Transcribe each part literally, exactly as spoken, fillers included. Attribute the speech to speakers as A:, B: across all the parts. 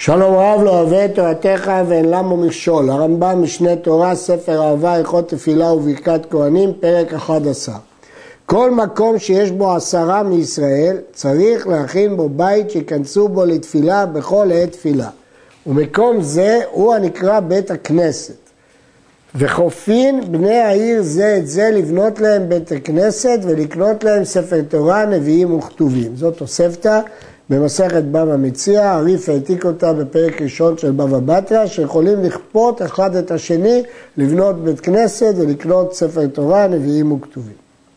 A: שלום רב לא אוהב את תורתך ואין למו מכשול. הרמב"ם משנה תורה, ספר אהבה, הלכות תפילה וברכת כהנים, פרק אחד עשר. כל מקום שיש בו עשרה מישראל צריך להכין בו בית שיכנסו בו לתפילה בכל עת תפילה. ומקום זה הוא הנקרא בית הכנסת. וחופין בני העיר זה את זה לבנות להם בית הכנסת ולקנות להם ספר תורה, נביאים וכתובים. זאת תוספתא במסכת בבא מציעא, הרי"ף העתיק אותה בפרק ראשון של בבא בתרא, שיכולים לכפות אחד את השני לבנות בית כנסת ולקנות ספר תורה, נביאים וכתובים.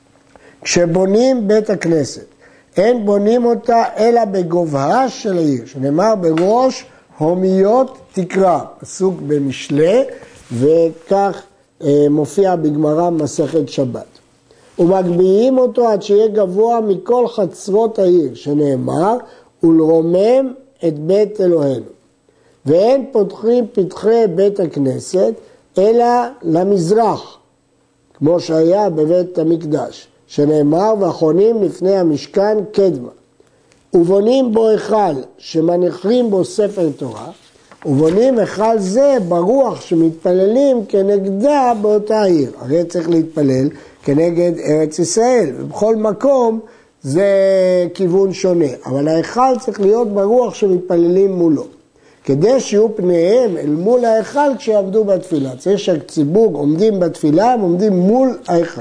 A: כשבונים בית הכנסת, אין בונים אותה אלא בגובהה של העיר, שנאמר בראש הומיות תקרא, פסוק במשלי, וכך אה, מופיע בגמרא מסכת שבת. ומגביהים אותו עד שיהיה גבוה מכל חצרות העיר, שנאמר, ולרומם את בית אלוהינו. ואין פותחים פתחי בית הכנסת, אלא למזרח, כמו שהיה בבית המקדש, שנאמר, והחונים לפני המשכן קדמה. ובונים בו היכל, שמניחים בו ספר תורה, ובונים היכל זה ברוח שמתפללים כנגדה באותה עיר. הרי צריך להתפלל כנגד ארץ ישראל, ובכל מקום זה כיוון שונה, אבל ההיכל צריך להיות ברוח שמתפללים מולו. כדי שיהיו פניהם אל מול ההיכל כשיעמדו בתפילה. צריך שהציבור עומדים בתפילה, הם עומדים מול ההיכל.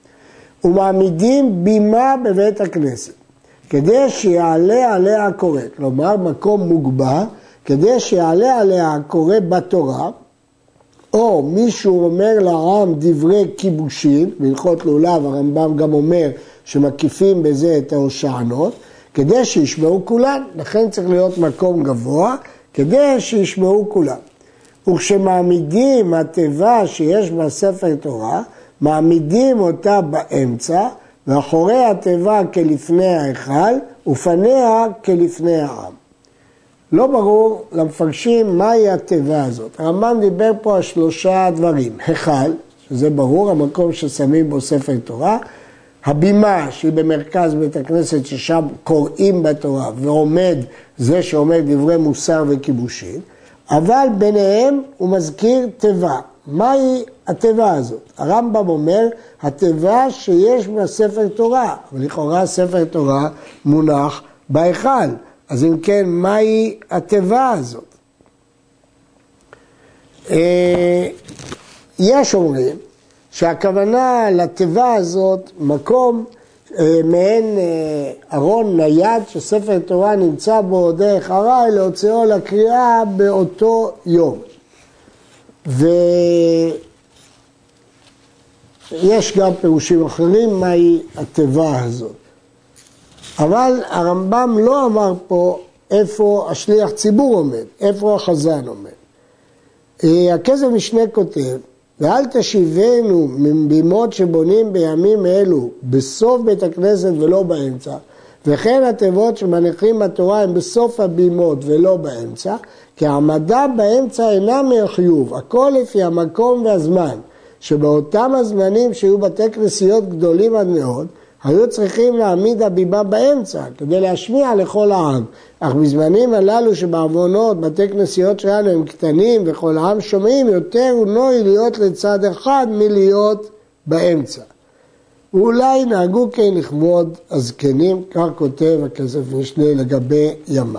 A: ומעמידים בימה בבית הכנסת, כדי שיעלה עליה הקורא, כלומר מקום מוגבה, כדי שיעלה עליה הקורא בתורה, או מישהו אומר לעם דברי כיבושין, בהלכות לולב הרמב"ם גם אומר שמקיפים בזה את ההושענות, כדי שישמעו כולם, לכן צריך להיות מקום גבוה, כדי שישמעו כולם. וכשמעמידים התיבה שיש בה ספר תורה, מעמידים אותה באמצע, ואחורי התיבה כלפני ההיכל, ופניה כלפני העם. לא ברור למפרשים מהי התיבה הזאת. הרמב"ם דיבר פה על שלושה דברים. היכל, שזה ברור, המקום ששמים בו ספר תורה, הבימה שהיא במרכז בית הכנסת ששם קוראים בתורה ועומד זה שעומד דברי מוסר וכיבושין, אבל ביניהם הוא מזכיר תיבה. מהי התיבה הזאת? הרמב"ם אומר, התיבה שיש בה ספר תורה, אבל לכאורה ספר תורה מונח בהיכל. אז אם כן, מהי התיבה הזאת? יש אומרים שהכוונה לתיבה הזאת מקום מעין ארון נייד שספר תורה נמצא בו דרך ארעי להוציאו לקריאה באותו יום. ויש גם פירושים אחרים מהי התיבה הזאת. אבל הרמב"ם לא אמר פה איפה השליח ציבור עומד, איפה החזן עומד. הכסף משנה כותב, ואל תשיבנו מבימות שבונים בימים אלו בסוף בית הכנסת ולא באמצע, וכן התיבות שמניחים בתורה הם בסוף הבימות ולא באמצע, כי העמדה באמצע אינה מהחיוב, הכל לפי המקום והזמן, שבאותם הזמנים שהיו בתי כנסיות גדולים עד מאוד, היו צריכים להעמיד הבימה באמצע, כדי להשמיע לכל העם. אך בזמנים הללו שבעוונות, בתי כנסיות שלנו הם קטנים וכל העם שומעים, יותר הוא נוי להיות לצד אחד מלהיות באמצע. ואולי נהגו כן לכבוד הזקנים, כך כותב הכסף משנה לגבי ימיו.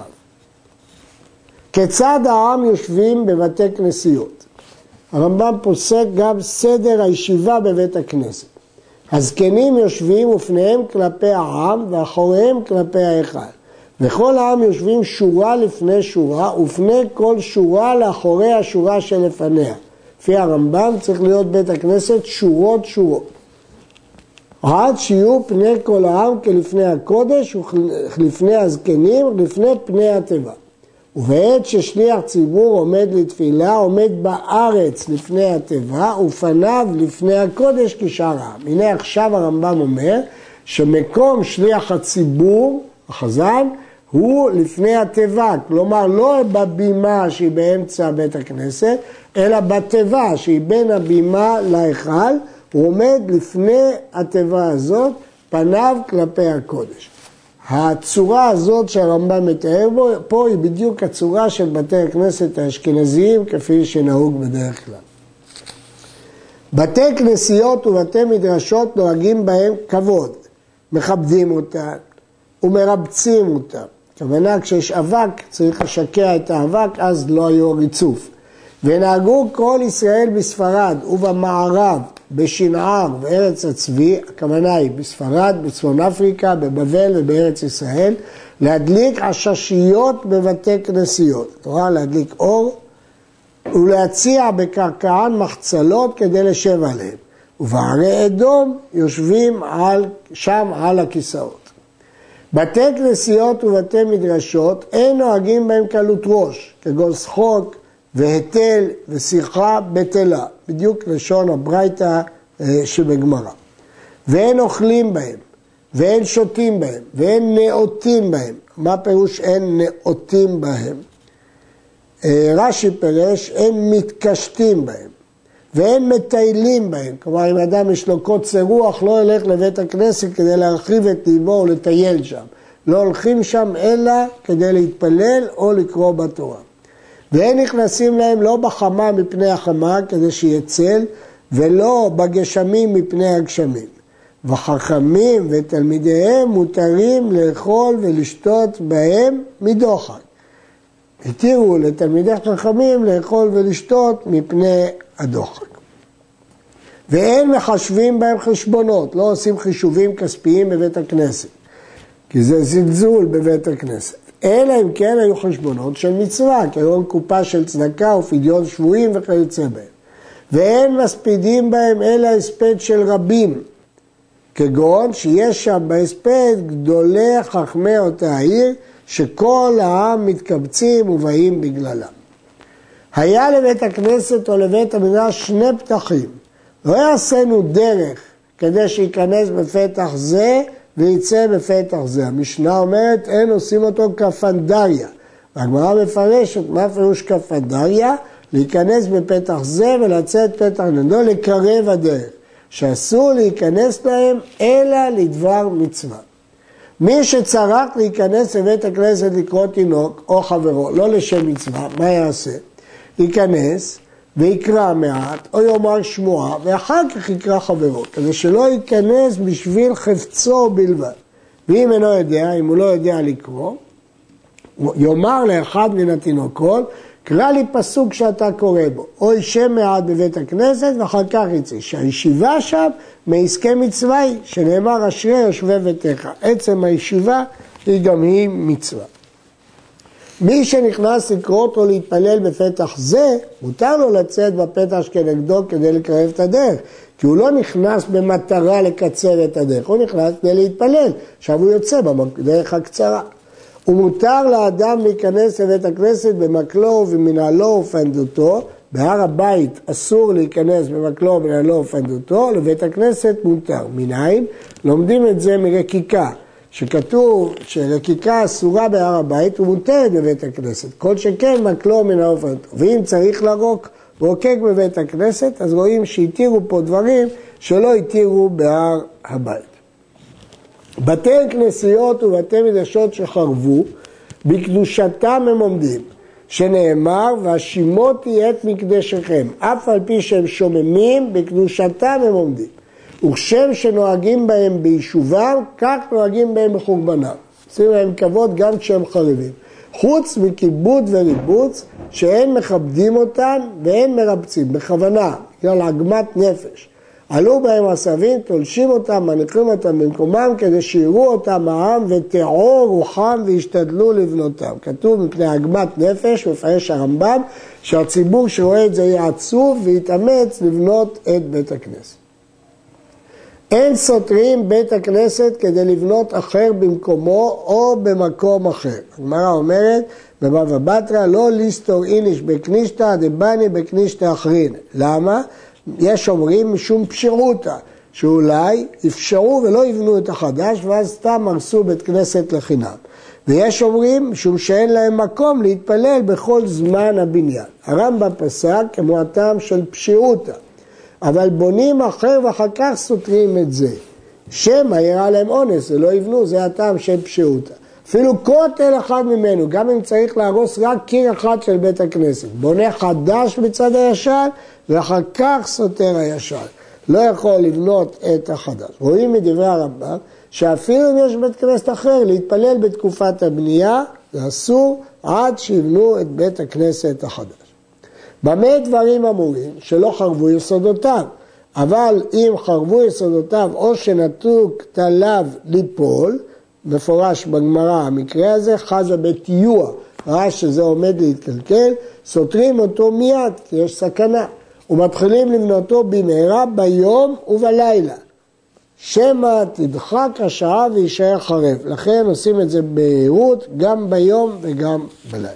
A: כיצד העם יושבים בבתי כנסיות? הרמב"ם פוסק גם סדר הישיבה בבית הכנסת. הזקנים יושבים ופניהם כלפי העם ואחוריהם כלפי ההיכל. וכל העם יושבים שורה לפני שורה ופני כל שורה לאחורי השורה שלפניה. לפי הרמב"ם צריך להיות בית הכנסת שורות שורות. עד שיהיו פני כל העם כלפני הקודש ולפני הזקנים ולפני פני התיבה. ובעת ששליח ציבור עומד לתפילה, עומד בארץ לפני התיבה, ופניו לפני הקודש כשאר העם. הנה עכשיו הרמב"ם אומר, שמקום שליח הציבור, החזן, הוא לפני התיבה. כלומר, לא בבימה שהיא באמצע בית הכנסת, אלא בתיבה שהיא בין הבימה להיכל, הוא עומד לפני התיבה הזאת, פניו כלפי הקודש. הצורה הזאת שהרמב"ם מתאר בו, פה היא בדיוק הצורה של בתי הכנסת האשכנזיים, כפי שנהוג בדרך כלל. בתי כנסיות ובתי מדרשות נוהגים בהם כבוד, מכבדים אותם ומרבצים אותם. כוונה כשיש אבק צריך לשקע את האבק, אז לא היו ריצוף. ונהגו כל ישראל בספרד ובמערב, בשנער וארץ הצבי, הכוונה היא בספרד, בצפון אפריקה, בבבל ובארץ ישראל, להדליק עששיות בבתי כנסיות. כלומר להדליק אור ולהציע בקרקען מחצלות כדי לשב עליהם. ובערי אדום יושבים על, שם על הכיסאות. בתי כנסיות ובתי מדרשות אין נוהגים בהם קלות ראש, כגון שחוק והיטל ושיחה בטלה, בדיוק לשון הברייתא שבגמרא. ואין אוכלים בהם, ואין שותים בהם, ואין נאותים בהם. מה פירוש אין נאותים בהם? רש"י פירש, אין מתקשטים בהם, ואין מטיילים בהם. כלומר, אם אדם יש לו קוצר רוח, לא ילך לבית הכנסת כדי להרחיב את ליבו או לטייל שם. לא הולכים שם אלא כדי להתפלל או לקרוא בתורה. ואין נכנסים להם לא בחמה מפני החמה כדי שיהיה צל, ולא בגשמים מפני הגשמים. וחכמים ותלמידיהם מותרים לאכול ולשתות בהם מדוחק. התירו לתלמידי חכמים לאכול ולשתות מפני הדוחק. ואין מחשבים בהם חשבונות, לא עושים חישובים כספיים בבית הכנסת, כי זה זלזול בבית הכנסת. אלא אם כן היו חשבונות של מצווה, כגון קופה של צדקה ופדיון שבויים וכיוצא בהם. ואין מספידים בהם אלא הספד של רבים, כגון שיש שם בהספד גדולי חכמי אותה העיר, שכל העם מתקבצים ובאים בגללם. היה לבית הכנסת או לבית המדרש שני פתחים. לא יעשינו דרך כדי שיכנס בפתח זה ויצא בפתח זה. המשנה אומרת אין עושים אותו כפנדריה. והגמרא מפרשת מה פירוש כפנדריה? להיכנס בפתח זה ולצאת פתח נדו, לקרב הדרך. שאסור להיכנס להם אלא לדבר מצווה. מי שצריך להיכנס לבית הכנסת לקרוא תינוק או חברו, לא לשם מצווה, מה יעשה? ייכנס ויקרא מעט או יאמר שמועה ואחר כך יקרא חברו, כדי שלא ייכנס בשביל חפצו בלבד. ואם אינו יודע, אם הוא לא יודע לקרוא, יאמר לאחד מן התינוקות, קרא לי פסוק שאתה קורא בו, או יישב מעט בבית הכנסת ואחר כך יצא. שהישיבה שם מעסקי מצווה היא, שנאמר אשרי יושבי ביתך. עצם הישיבה היא גם היא מצווה. מי שנכנס לקרות או להתפלל בפתח זה, מותר לו לצאת בפתח כנגדו כדי לקרב את הדרך. כי הוא לא נכנס במטרה לקצר את הדרך, הוא נכנס כדי להתפלל. עכשיו הוא יוצא בדרך הקצרה. ומותר לאדם להיכנס לבית הכנסת במקלו ובמנהלו ופנדותו. בהר הבית אסור להיכנס במקלו ובמנהלו ופנדותו, לבית הכנסת מותר. מנין? לומדים את זה מרקיקה, שכתוב שרקיקה אסורה בהר הבית ומותרת בבית הכנסת. כל שכן מקלו ומנהלו ופנדותו. ואם צריך לרוק, רוקק בבית הכנסת, אז רואים שהתירו פה דברים שלא התירו בהר הבית. בתי כנסיות ובתי מדרשות שחרבו, בקדושתם הם עומדים, שנאמר, והשימותי את מקדשכם, אף על פי שהם שוממים, בקדושתם הם עומדים. וכשם שנוהגים בהם ביישובם, כך נוהגים בהם בחורבנם. עושים להם כבוד גם כשהם חרבים. חוץ מכיבוד וריבוץ, שאין מכבדים אותם ואין מרבצים, בכוונה, בגלל עגמת נפש. עלו בהם עשבים, תולשים אותם, מניחים אותם במקומם, כדי שיראו אותם העם ותעור רוחם וישתדלו לבנותם. כתוב מפני עגמת נפש, מפרש הרמב"ם, שהציבור שרואה את זה יהיה עצוב ויתאמץ לבנות את בית הכנסת. אין סותרים בית הכנסת כדי לבנות אחר במקומו או במקום אחר. הגמרא אומרת, בבבא בתרא, לא ליסטור איניש בקנישתא דבני בקנישתא אחרין. למה? יש אומרים משום פשירותה, שאולי אפשרו ולא יבנו את החדש, ואז סתם הרסו בית כנסת לחינם. ויש אומרים משום שאין להם מקום להתפלל בכל זמן הבניין. הרמב"ם פסק כמו הטעם של פשירותה, אבל בונים אחר ואחר כך סותרים את זה. שמא יראה להם אונס, ולא יבנו, זה הטעם של פשיעותא. אפילו כותל אחד ממנו, גם אם צריך להרוס רק קיר אחד של בית הכנסת. בונה חדש בצד הישן, ואחר כך סותר הישן. לא יכול לבנות את החדש. רואים מדברי הרמב"ם, שאפילו אם יש בית כנסת אחר, להתפלל בתקופת הבנייה, זה אסור עד שיבנו את בית הכנסת החדש. במה דברים אמורים? שלא חרבו יסודותיו. אבל אם חרבו יסודותיו או שנטו כתליו ליפול, מפורש בגמרא המקרה הזה, חזה בטיוע, ראה שזה עומד להתקלקל, סותרים אותו מיד, כי יש סכנה, ומתחילים לבנותו במהרה ביום ובלילה. שמא תדחק השעה וישאר חרב. לכן עושים את זה בהירות גם ביום וגם בלילה.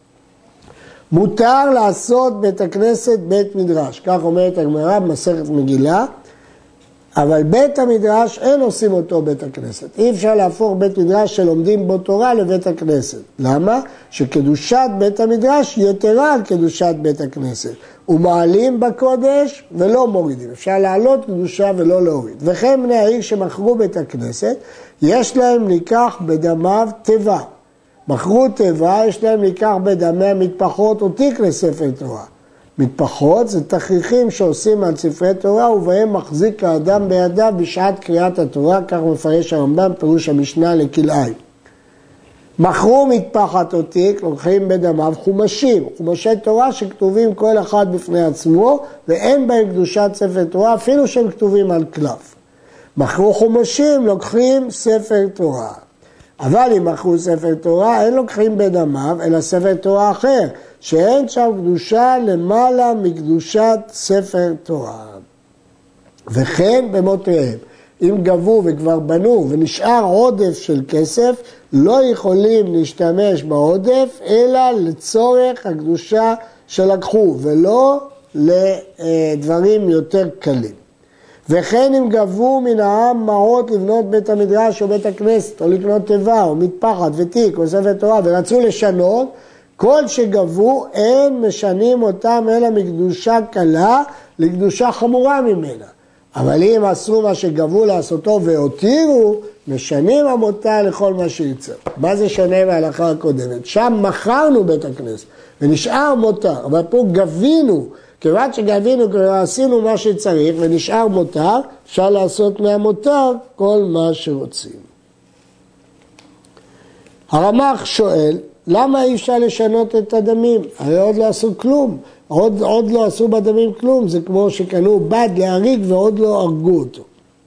A: מותר לעשות בית הכנסת בית מדרש, כך אומרת הגמרא במסכת מגילה, אבל בית המדרש אין עושים אותו בית הכנסת. אי אפשר להפוך בית מדרש שלומדים בו תורה לבית הכנסת. למה? שקדושת בית המדרש יתרה על קדושת בית הכנסת. ומעלים בקודש ולא מורידים. אפשר לעלות קדושה ולא להוריד. וכן בני העיר שמכרו בית הכנסת, יש להם לקח בדמיו תיבה. מכרו תיבה, יש להם לקח בדמי המטפחות או תיק לספר תורה. מטפחות זה תכריכים שעושים על ספרי תורה ובהם מחזיק האדם בידיו בשעת קריאת התורה, כך מפרש הרמב"ם פירוש המשנה לכלאיים. מכרו מטפחת או תיק, לוקחים בדמיו חומשים, חומשי תורה שכתובים כל אחד בפני עצמו ואין בהם קדושת ספר תורה אפילו שהם כתובים על קלף. מכרו חומשים, לוקחים ספר תורה. אבל אם מכרו ספר תורה, אין לוקחים בדמיו, אלא ספר תורה אחר, שאין שם קדושה למעלה מקדושת ספר תורה. וכן במותיהם, אם גבו וכבר בנו ונשאר עודף של כסף, לא יכולים להשתמש בעודף, אלא לצורך הקדושה שלקחו, ולא לדברים יותר קלים. וכן אם גבו מן העם מעות לבנות בית המדרש או בית הכנסת, או לקנות תיבה, או מטפחת ותיק, או ספר תורה, ורצו לשנות, כל שגבו אין משנים אותם אלא מקדושה קלה לקדושה חמורה ממנה. אבל אם עשו מה שגבו לעשותו והותירו, משנים המותר לכל מה שיצא. מה זה שונה מההלכה הקודמת? שם מכרנו בית הכנסת ונשאר מותר, אבל פה גבינו. כיוון שגבינו, כבר עשינו מה שצריך ונשאר מותר, אפשר לעשות מהמותר כל מה שרוצים. הרמ"ח שואל, למה אי אפשר לשנות את הדמים? הרי עוד לא עשו כלום, עוד, עוד לא עשו בדמים כלום, זה כמו שקנו בד להריג ועוד לא הרגו אותו.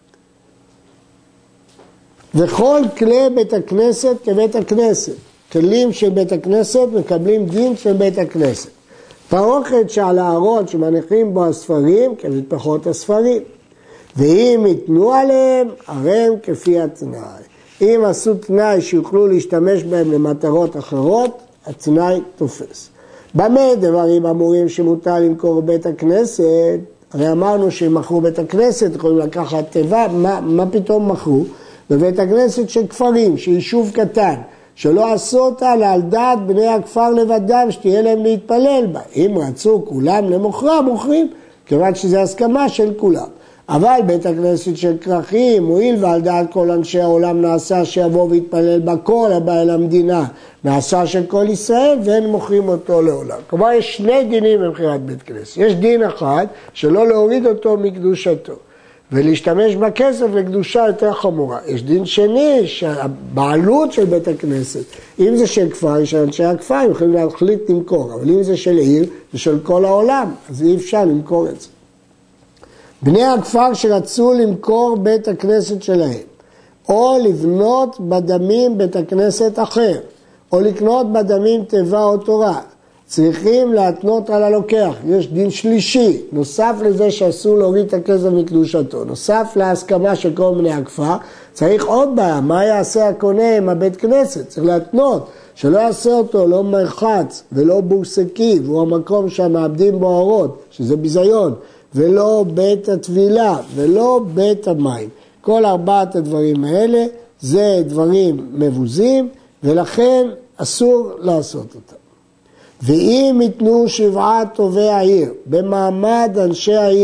A: וכל כלי בית הכנסת כבית הכנסת, כלים של בית הכנסת מקבלים דין של בית הכנסת. פרוכת שעל הארון שמניחים בו הספרים כמטפחות הספרים, ואם יתנו עליהם, הרי הם כפי התנאי. אם עשו תנאי שיוכלו להשתמש בהם למטרות אחרות, התנאי תופס. במה דברים אמורים שמותר למכור בית הכנסת? הרי אמרנו שהם מכרו בית הכנסת, יכולים לקחת תיבה, מה, מה פתאום מכרו? בבית הכנסת של כפרים, של יישוב קטן, שלא עשו אותה על דעת בני הכפר לבדם, שתהיה להם להתפלל בה. אם רצו כולם למוכרה, מוכרים, כיוון שזו הסכמה של כולם. אבל בית הכנסת של כרכים, הואיל ועל דעת כל אנשי העולם נעשה שיבוא ויתפלל בה כל הבא אל המדינה, נעשה של כל ישראל, ואין מוכרים אותו לעולם. כלומר, יש שני דינים במכירת בית כנסת. יש דין אחד, שלא להוריד אותו מקדושתו. ולהשתמש בכסף לקדושה יותר חמורה. יש דין שני, שהבעלות של בית הכנסת, אם זה של כפר, של אנשי הכפר, הם יכולים להחליט למכור, אבל אם זה של עיר, זה של כל העולם, אז אי אפשר למכור את זה. בני הכפר שרצו למכור בית הכנסת שלהם, או לבנות בדמים בית הכנסת אחר, או לקנות בדמים תיבה או תורה, צריכים להתנות על הלוקח. יש דין שלישי, נוסף לזה שאסור להוריד את הכסף מקדושתו, נוסף להסכמה של כל בני הכפר, צריך עוד בעיה, מה יעשה הקונה עם הבית כנסת? צריך להתנות, שלא יעשה אותו לא מרחץ ולא בורסקי, והוא המקום שמאבדים בו אורות, שזה ביזיון, ולא בית התבילה, ולא בית המים. כל ארבעת הדברים האלה זה דברים מבוזים, ולכן אסור לעשות אותם. ואם ייתנו שבעת טובי העיר, במעמד אנשי העיר,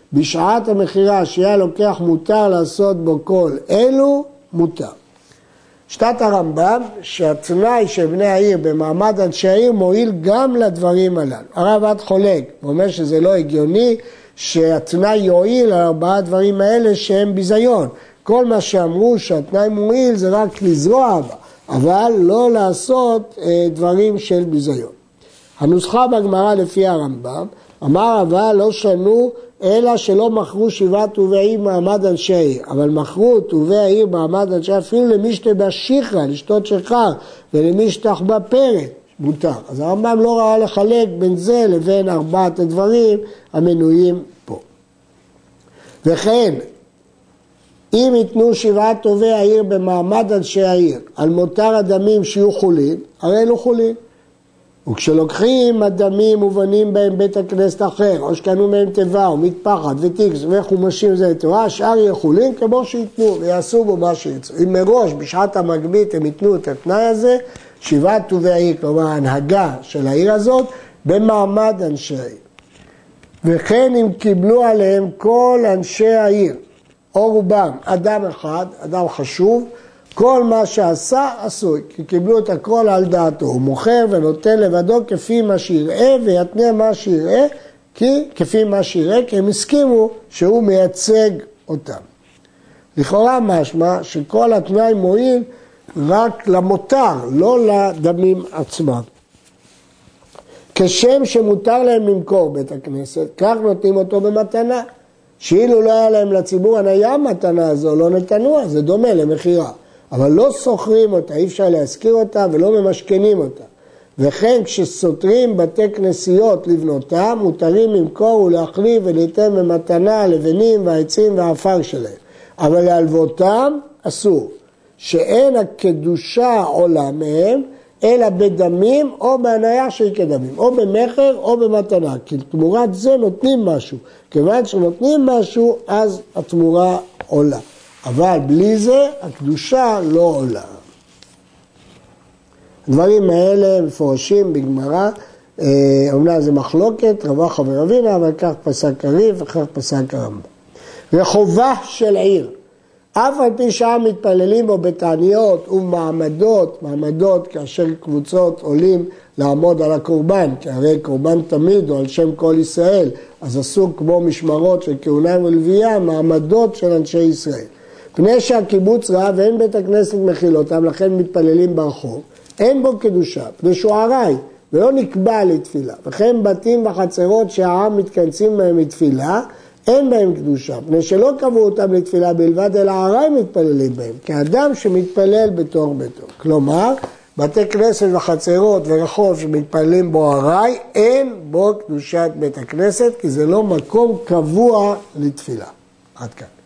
A: בשעת המכירה שהיה לוקח מותר לעשות בו כל אלו, מותר. שיטת הרמב"ם שהתנאי של בני העיר במעמד אנשי העיר מועיל גם לדברים הללו. הרב עד חולק, הוא אומר שזה לא הגיוני שהתנאי יועיל על ארבעה דברים האלה שהם ביזיון. כל מה שאמרו שהתנאי מועיל זה רק לזרוע בה, אבל לא לעשות אה, דברים של ביזיון. הנוסחה בגמרא לפי הרמב"ם, אמר אבל לא שנו אלא שלא מכרו שבעת טובי העיר מעמד אנשי העיר, אבל מכרו טובי העיר מעמד אנשי העיר אפילו למי שתבא שכרה, לשתות שכר, ולמי שתחבא פרק, מותר. אז הרמב"ם לא ראה לחלק בין זה לבין ארבעת הדברים המנויים פה. וכן, אם ייתנו שבעת טובי העיר במעמד אנשי העיר, על מותר הדמים שיהיו חולין, הרי אלו חולין. וכשלוקחים הדמים ובנים בהם בית הכנסת אחר, או שקנו מהם תיבה או מטפחת ותיקס וחומשים זה לתורה, השאר יהיו חולין כמו שיתנו ויעשו בו מה שירצו. אם מראש בשעת המגבית הם ייתנו את התנאי הזה, שבעת טובי העיר, כלומר ההנהגה של העיר הזאת, במעמד אנשי העיר. וכן אם קיבלו עליהם כל אנשי העיר, או רובם, אדם אחד, אדם חשוב, כל מה שעשה עשוי, כי קיבלו את הכל על דעתו, הוא מוכר ונותן לבדו כפי מה שיראה ויתנה מה שיראה, כי כפי מה שיראה, כי הם הסכימו שהוא מייצג אותם. לכאורה משמע שכל התנאי מועיל רק למותר, לא לדמים עצמם. כשם שמותר להם למכור בית הכנסת, כך נותנים אותו במתנה. שאילו לא היה להם לציבור הניה מתנה הזו, לא נתנוה, זה דומה למחירה. אבל לא סוחרים אותה, אי אפשר להזכיר אותה ולא ממשכנים אותה. וכן כשסותרים בתי כנסיות לבנותם, מותרים למכור ולהחליף וליתן במתנה לבנים והעצים והעפר שלהם. אבל להלוותם אסור, שאין הקדושה עולה מהם, אלא בדמים או בהניה שהיא כדמים, או במחר או במתנה, כי תמורת זה נותנים משהו. כיוון שנותנים משהו, אז התמורה עולה. אבל בלי זה, הקדושה לא עולה. הדברים האלה מפורשים בגמרא, אומנם זה מחלוקת, רבח ורבינה, אבל כך פסק הרי"ף וכך פסק הרמב"ם. וחובה של עיר, אף על פי שהעם מתפללים בו בתעניות ומעמדות, מעמדות כאשר קבוצות עולים לעמוד על הקורבן, כי הרי קורבן תמיד או על שם כל ישראל, אז עשו כמו משמרות של כהונה ולוויה, מעמדות של אנשי ישראל. פני שהקיבוץ ראה ואין בית הכנסת מכיל אותם, לכן מתפללים ברחוב, אין בו קדושה, פני שהוא ארעי, ולא נקבע לתפילה. וכן בתים וחצרות שהעם מתכנסים בהם לתפילה, אין בהם קדושה, פני שלא קבעו אותם לתפילה בלבד, אלא ארעי מתפללים בהם, כאדם שמתפלל בתוך ביתו. כלומר, בתי כנסת וחצרות ורחוב שמתפללים בו ארעי, אין בו קדושת בית הכנסת, כי זה לא מקום קבוע לתפילה. עד כאן.